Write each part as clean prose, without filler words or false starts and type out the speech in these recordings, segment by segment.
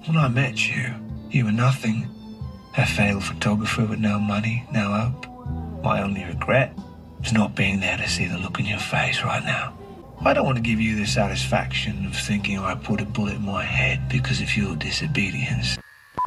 When I met you, you were nothing. A failed photographer with no money, no hope. My only regret is not being there to see the look in your face right now. I don't want to give you the satisfaction of thinking I put a bullet in my head because of your disobedience.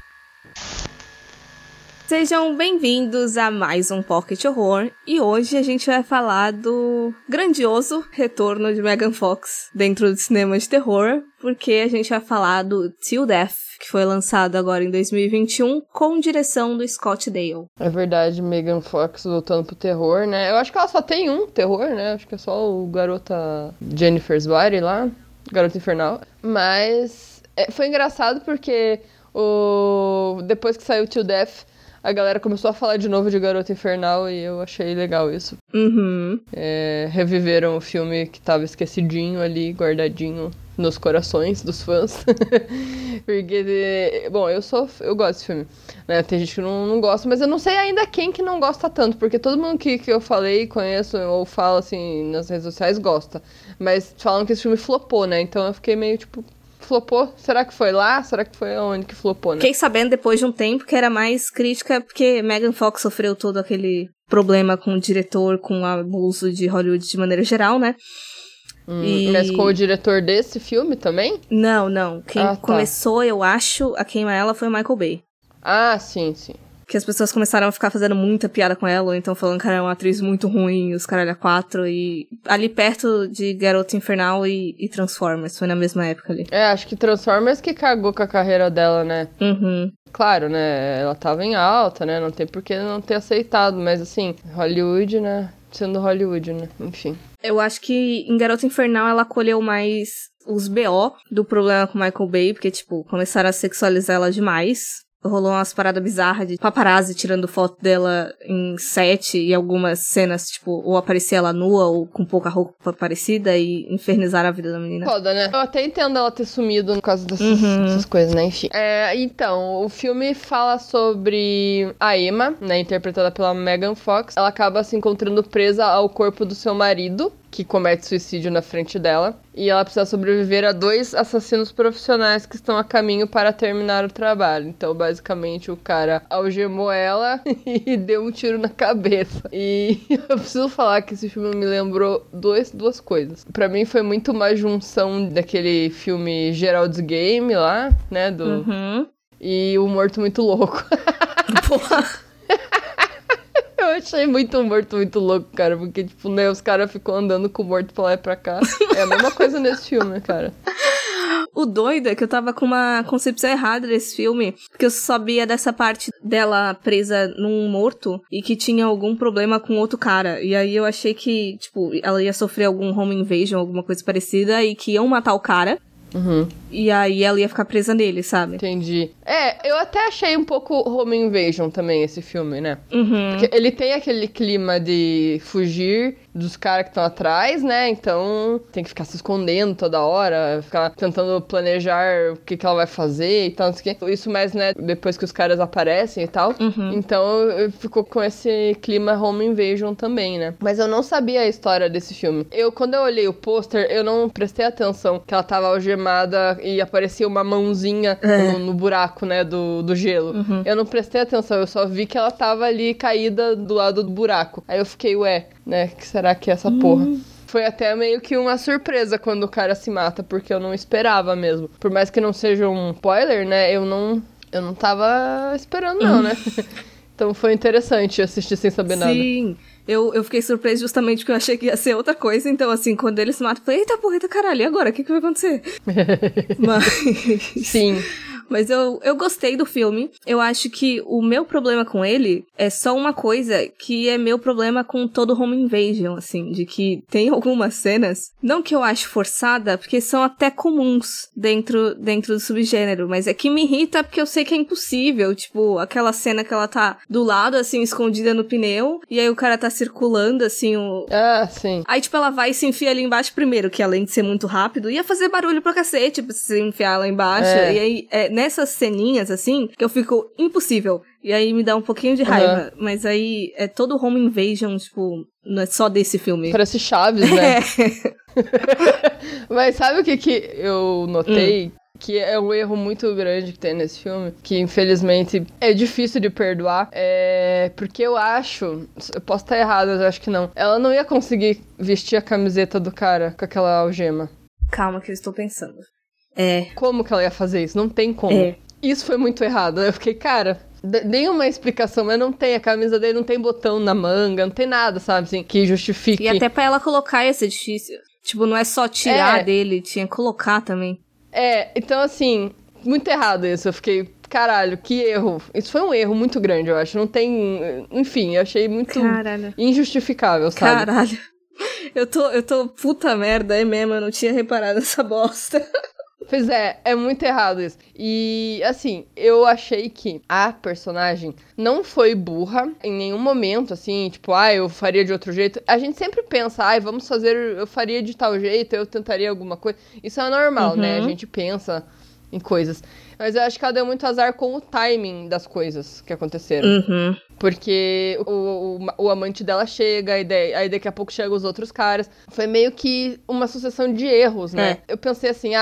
Sejam bem-vindos a mais um Pocket Horror, e hoje a gente vai falar do grandioso retorno de Megan Fox dentro do cinema de terror, porque a gente vai falar do Till Death, que foi lançado agora em 2021, com direção do Scott Dale. É verdade, Megan Fox voltando pro terror, né? Eu acho que ela só tem um terror, né? Acho que é só o Garota Jennifer's Body lá, Garota Infernal. Mas foi engraçado porque depois que saiu Till Death, a galera começou a falar de novo de Garota Infernal e eu achei legal isso. Uhum. Reviveram o filme que tava esquecidinho ali, guardadinho nos corações dos fãs. Porque, bom, eu gosto desse filme, né? Tem gente que não gosta, mas eu não sei ainda quem que não gosta tanto, porque todo mundo que eu falei, conheço ou falo assim nas redes sociais gosta. Mas falam que esse filme flopou, né? Então eu fiquei meio tipo... Flopou? Será que foi lá? Será que foi onde que flopou, né? Fiquei sabendo depois de um tempo que era mais crítica porque Megan Fox sofreu todo aquele problema com o diretor, com o abuso de Hollywood de maneira geral, né? Mas com o diretor desse filme também? Não. Quem começou, eu acho, a queimar ela foi o Michael Bay. Ah, sim. Que as pessoas começaram a ficar fazendo muita piada com ela, ou então falando que ela era uma atriz muito ruim, os caralho a quatro, e ali perto de Garota Infernal e Transformers, foi na mesma época ali. Acho que Transformers que cagou com a carreira dela, né? Uhum. Claro, né, ela tava em alta, né, não tem por que não ter aceitado, mas assim, Hollywood, né, sendo Hollywood, né, enfim. Eu acho que em Garota Infernal ela acolheu mais os BO do problema com Michael Bay, porque, tipo, começaram a sexualizar ela demais. Rolou umas paradas bizarras de paparazzi tirando foto dela em set e algumas cenas, tipo, ou aparecia ela nua ou com pouca roupa parecida e infernizaram a vida da menina. Foda, né? Eu até entendo ela ter sumido por causa dessas coisas, né? Enfim. Então, o filme fala sobre a Emma, né? Interpretada pela Megan Fox. Ela acaba se encontrando presa ao corpo do seu marido, que comete suicídio na frente dela, e ela precisa sobreviver a 2 assassinos profissionais que estão a caminho para terminar o trabalho. Então, basicamente, o cara algemou ela e deu um tiro na cabeça. E eu preciso falar que esse filme me lembrou duas coisas. Pra mim, foi muito uma junção daquele filme Gerald's Game lá, né, e O Morto Muito Louco. Porra! Eu achei muito morto, muito louco, cara. Porque, tipo, né, os caras ficam andando com o morto pra lá e pra cá. É a mesma coisa nesse filme, cara. O doido é que eu tava com uma concepção errada desse filme, porque eu sabia dessa parte dela presa num morto e que tinha algum problema com outro cara. E aí eu achei que, tipo, ela ia sofrer algum home invasion, alguma coisa parecida, e que iam matar o cara. Uhum. E aí ela ia ficar presa nele, sabe? Entendi. Eu até achei um pouco Home Invasion também, esse filme, né? Uhum. Porque ele tem aquele clima de fugir dos caras que estão atrás, né? Então tem que ficar se escondendo toda hora, ficar tentando planejar o que ela vai fazer e tal, não sei o quê. Isso mais, né, depois que os caras aparecem e tal. Uhum. Então ficou com esse clima Home Invasion também, né? Mas eu não sabia a história desse filme. Quando eu olhei o pôster, eu não prestei atenção que ela tava algemada e aparecia uma mãozinha no buraco, né, do gelo. Uhum. Eu não prestei atenção, eu só vi que ela tava ali caída do lado do buraco. Aí eu fiquei, né, que será que é essa porra? Foi até meio que uma surpresa quando o cara se mata, porque eu não esperava mesmo. Por mais que não seja um spoiler, né, eu não tava esperando não, né? Então foi interessante assistir sem saber nada. Sim, eu fiquei surpresa justamente porque eu achei que ia ser outra coisa. Então, assim, quando ele se mata, eu falei, eita porra, eita caralho, e agora? O que vai acontecer? Mas... Sim. Mas eu gostei do filme. Eu acho que o meu problema com ele é só uma coisa que é meu problema com todo Home Invasion, assim, de que tem algumas cenas, não que eu acho forçada, porque são até comuns dentro do subgênero, mas é que me irrita porque eu sei que é impossível, tipo, aquela cena que ela tá do lado, assim, escondida no pneu, e aí o cara tá circulando, assim, sim. Aí, tipo, ela vai e se enfia ali embaixo primeiro, que além de ser muito rápido, ia fazer barulho pra cacete pra se enfiar lá embaixo, e aí, nessas ceninhas, assim, que eu fico impossível. E aí me dá um pouquinho de raiva. Mas aí é todo Home Invasion, tipo, não é só desse filme. Parece Chaves, né? Mas sabe o que eu notei? que é um erro muito grande que tem nesse filme, que infelizmente é difícil de perdoar, porque eu posso estar errada, mas eu acho que não. Ela não ia conseguir vestir a camiseta do cara com aquela algema. Calma que eu estou pensando. Como que ela ia fazer isso? Não tem como. Isso foi muito errado. Eu fiquei, cara, nenhuma explicação, mas não tem. A camisa dele não tem botão na manga, não tem nada, sabe, assim, que justifique. E até pra ela colocar ia ser difícil. Tipo, não é só tirar dele, tinha que colocar também. Então assim, muito errado isso. Eu fiquei, caralho, que erro. Isso foi um erro muito grande, eu acho. Não tem... Enfim, eu achei muito injustificável, sabe? Caralho. Eu tô puta merda, é mesmo, eu não tinha reparado essa bosta. Pois é muito errado isso. E, assim, eu achei que a personagem não foi burra em nenhum momento, assim, tipo, eu faria de outro jeito. A gente sempre pensa, vamos fazer, eu faria de tal jeito, eu tentaria alguma coisa. Isso é normal, né? A gente pensa em coisas. Mas eu acho que ela deu muito azar com o timing das coisas que aconteceram. Porque o amante dela chega, aí daqui a pouco chegam os outros caras. Foi meio que uma sucessão de erros, né? Eu pensei assim,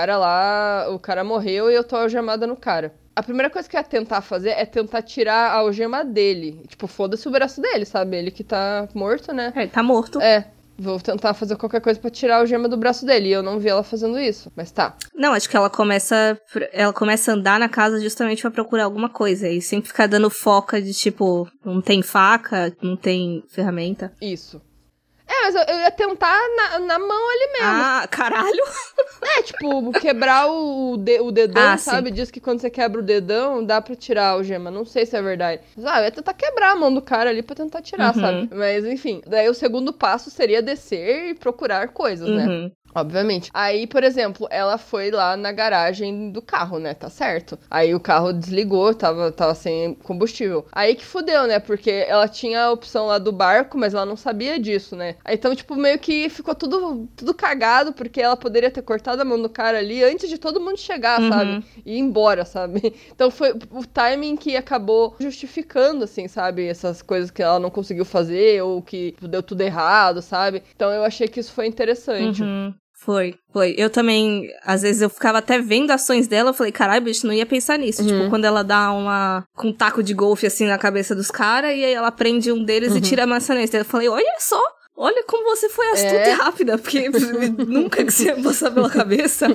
o cara morreu e eu tô algemada no cara. A primeira coisa que eu ia tentar fazer é tentar tirar a algema dele. Tipo, foda-se o braço dele, sabe? Ele que tá morto, né? Ele tá morto. Vou tentar fazer qualquer coisa pra tirar a algema do braço dele. E eu não vi ela fazendo isso, mas tá. Não, acho que ela começa a andar na casa justamente pra procurar alguma coisa. E sempre ficar dando foca de, tipo, não tem faca, não tem ferramenta. Isso. Mas eu ia tentar na mão ali mesmo. Caralho! Tipo, quebrar o dedão, sabe? Sim. Diz que quando você quebra o dedão, dá pra tirar a algema. Não sei se é verdade. Mas, eu ia tentar quebrar a mão do cara ali pra tentar tirar, sabe? Mas, enfim. Daí o segundo passo seria descer e procurar coisas, né? Obviamente. Aí, por exemplo, ela foi lá na garagem do carro, né? Tá certo. Aí o carro desligou, tava sem combustível. Aí que fudeu, né? Porque ela tinha a opção lá do barco, mas ela não sabia disso, né? Aí, então, tipo, meio que ficou tudo cagado, porque ela poderia ter cortado a mão do cara ali antes de todo mundo chegar, sabe? E ir embora, sabe? Então foi o timing que acabou justificando, assim, sabe? Essas coisas que ela não conseguiu fazer ou que deu tudo errado, sabe? Então eu achei que isso foi interessante. Foi. Eu também, às vezes eu ficava até vendo ações dela, eu falei, caralho, bicho, não ia pensar nisso. Tipo, quando ela dá com um taco de golfe, assim, na cabeça dos caras, e aí ela prende um deles e tira a maçaneta. Eu falei, olha só, olha como você foi astuta e rápida, porque nunca que você ia passar pela cabeça.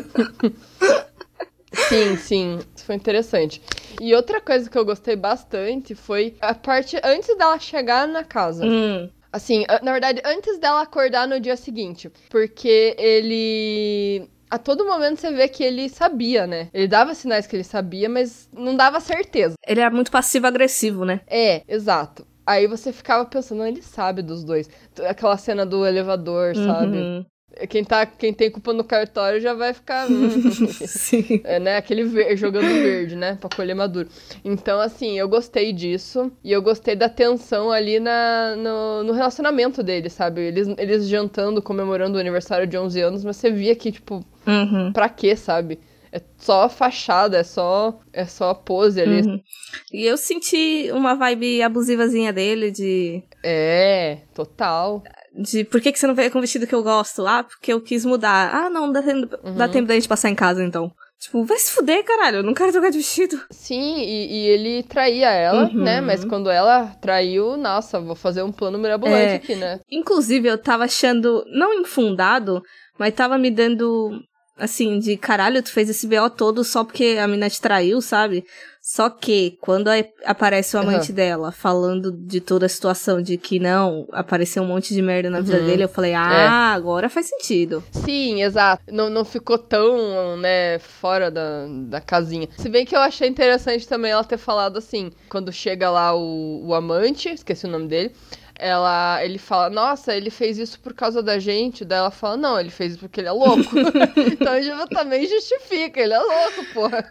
Sim, isso foi interessante. E outra coisa que eu gostei bastante foi a parte antes dela chegar na casa. Assim, na verdade, antes dela acordar no dia seguinte. Porque ele... A todo momento você vê que ele sabia, né? Ele dava sinais que ele sabia, mas não dava certeza. Ele era muito passivo-agressivo, né? Exato. Aí você ficava pensando, não, ele sabe dos dois. Aquela cena do elevador, sabe? Quem tem culpa no cartório já vai ficar... Sim. Né? Aquele jogando verde, né? Pra colher maduro. Então, assim, eu gostei disso. E eu gostei da tensão ali no relacionamento deles, sabe? Eles jantando, comemorando o aniversário de 11 anos, mas você via que, tipo, pra quê, sabe? É só fachada, é só pose ali. E eu senti uma vibe abusivazinha dele de... Total. De por que você não veio com o vestido que eu gosto? Porque eu quis mudar. Não dá tempo da gente passar em casa, então. Tipo, vai se fuder, caralho, eu não quero trocar de vestido. Sim, e ele traía ela, né? Mas quando ela traiu, nossa, vou fazer um plano mirabolante aqui, né? Inclusive, eu tava achando, não infundado, mas tava me dando... Assim, de caralho, tu fez esse BO todo só porque a mina te traiu, sabe? Só que, quando aparece o amante dela falando de toda a situação, de que não, apareceu um monte de merda na vida dele, eu falei, agora faz sentido. Sim, exato. Não ficou tão, né, fora da casinha. Se bem que eu achei interessante também ela ter falado assim, quando chega lá o amante, esqueci o nome dele, ele fala, nossa, ele fez isso por causa da gente. Daí ela fala, não, ele fez isso porque ele é louco. Então já também justifica, ele é louco, porra.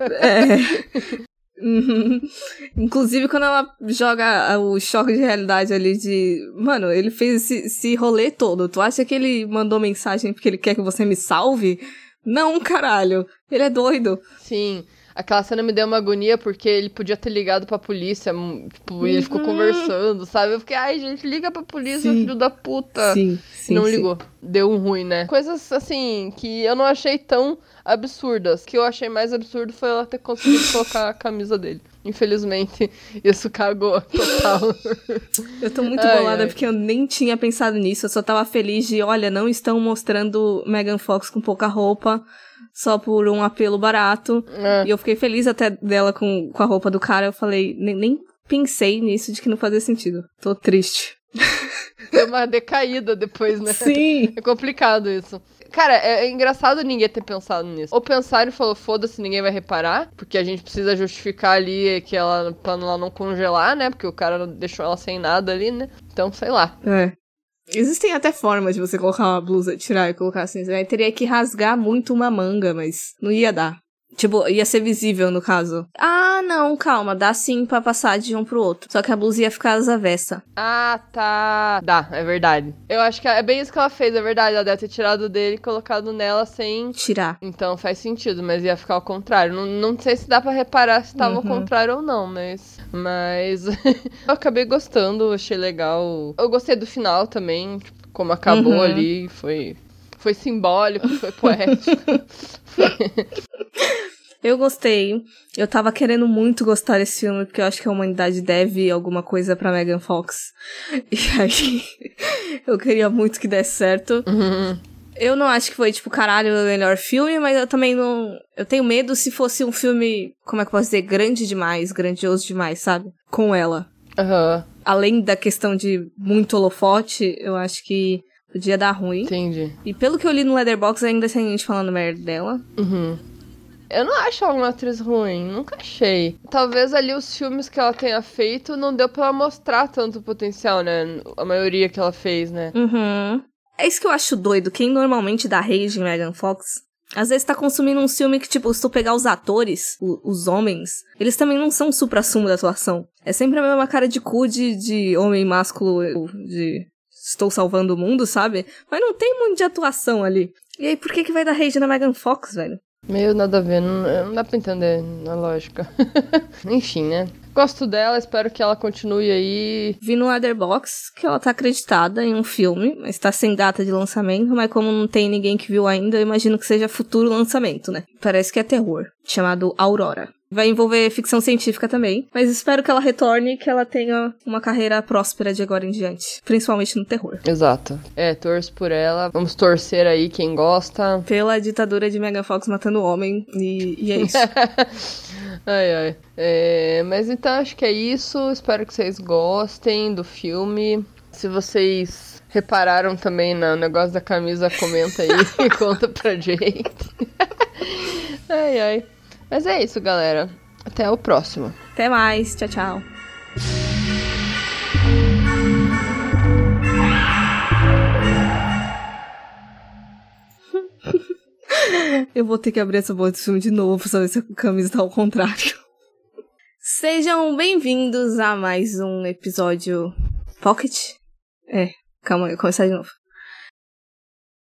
Inclusive, quando ela joga o choque de realidade ali de... Mano, ele fez esse rolê todo. Tu acha que ele mandou mensagem porque ele quer que você me salve? Não, caralho. Ele é doido. Sim. Aquela cena me deu uma agonia porque ele podia ter ligado pra polícia, tipo, e ele ficou conversando, sabe? Eu fiquei, ai, gente, liga pra polícia, filho da puta. Sim, não ligou. Deu um ruim, né? Coisas, assim, que eu não achei tão absurdas. O que eu achei mais absurdo foi ela ter conseguido colocar a camisa dele. Infelizmente, isso cagou total. Eu tô muito bolada porque eu nem tinha pensado nisso. Eu só tava feliz de, olha, não estão mostrando Megan Fox com pouca roupa só por um apelo barato. E eu fiquei feliz até dela com a roupa do cara. Eu falei, nem pensei nisso de que não fazia sentido. Tô triste. Deu uma decaída depois, né? Sim. É complicado isso. Cara, é engraçado ninguém ter pensado nisso. Ou pensaram e falou, foda-se, ninguém vai reparar, porque a gente precisa justificar ali que ela, pra ela não congelar, né? Porque o cara deixou ela sem nada ali, né? Então, sei lá. Existem até formas de você colocar uma blusa, tirar e colocar assim. Você teria que rasgar muito uma manga, mas não ia dar. Tipo, ia ser visível, no caso. Ah, não, calma. Dá sim pra passar de um pro outro. Só que a blusa ia ficar às avessas. Ah, tá. Dá, é verdade. Eu acho que é bem isso que ela fez, é verdade. Ela deve ter tirado dele e colocado nela sem... tirar. Então faz sentido, mas ia ficar ao contrário. Não sei se dá pra reparar se tava ao contrário ou não, mas... eu acabei gostando, achei legal. Eu gostei do final também, tipo, como acabou ali. Foi simbólico, foi poético. Eu gostei. Eu tava querendo muito gostar desse filme, porque eu acho que a humanidade deve alguma coisa pra Megan Fox. E aí, eu queria muito que desse certo. Eu não acho que foi, tipo, caralho, o melhor filme, mas eu também não... Eu tenho medo se fosse um filme, como é que eu posso dizer, grande demais, grandioso demais, sabe? Com ela. Além da questão de muito holofote, eu acho que podia dar ruim. Entendi. E pelo que eu li no Letterboxd, ainda tem gente falando merda dela. Eu não acho ela uma atriz ruim, nunca achei. Talvez ali os filmes que ela tenha feito não deu pra ela mostrar tanto potencial, né? A maioria que ela fez, né? É isso que eu acho doido. Quem normalmente dá rage em Megan Fox, às vezes tá consumindo um filme que, tipo, se tu pegar os atores, os homens, eles também não são supra-sumo da atuação. É sempre a mesma cara de cu de homem másculo, de estou salvando o mundo, sabe? Mas não tem muito de atuação ali. E aí, por que vai dar rage na Megan Fox, velho? Meio nada a ver, não dá pra entender a lógica. Enfim, né? Gosto dela, espero que ela continue aí. Vi no Letterboxd que ela tá acreditada em um filme, mas tá sem data de lançamento, mas como não tem ninguém que viu ainda, eu imagino que seja futuro lançamento, né? Parece que é terror, chamado Aurora. Vai envolver ficção científica também, mas espero que ela retorne e que ela tenha uma carreira próspera de agora em diante, principalmente no terror. Exato. Torço por ela. Vamos torcer aí quem gosta. Pela ditadura de Megan Fox matando homem, e é isso. Ai. Mas então acho que é isso. Espero que vocês gostem do filme. Se vocês repararam também no negócio da camisa, comenta aí e conta pra gente. Ai. Mas é isso, galera. Até o próximo. Até mais. Tchau, tchau. Eu vou ter que abrir essa boa de filme de novo pra saber se a camisa tá ao contrário. Sejam bem-vindos a mais um episódio Pocket. Calma aí, eu vou começar de novo.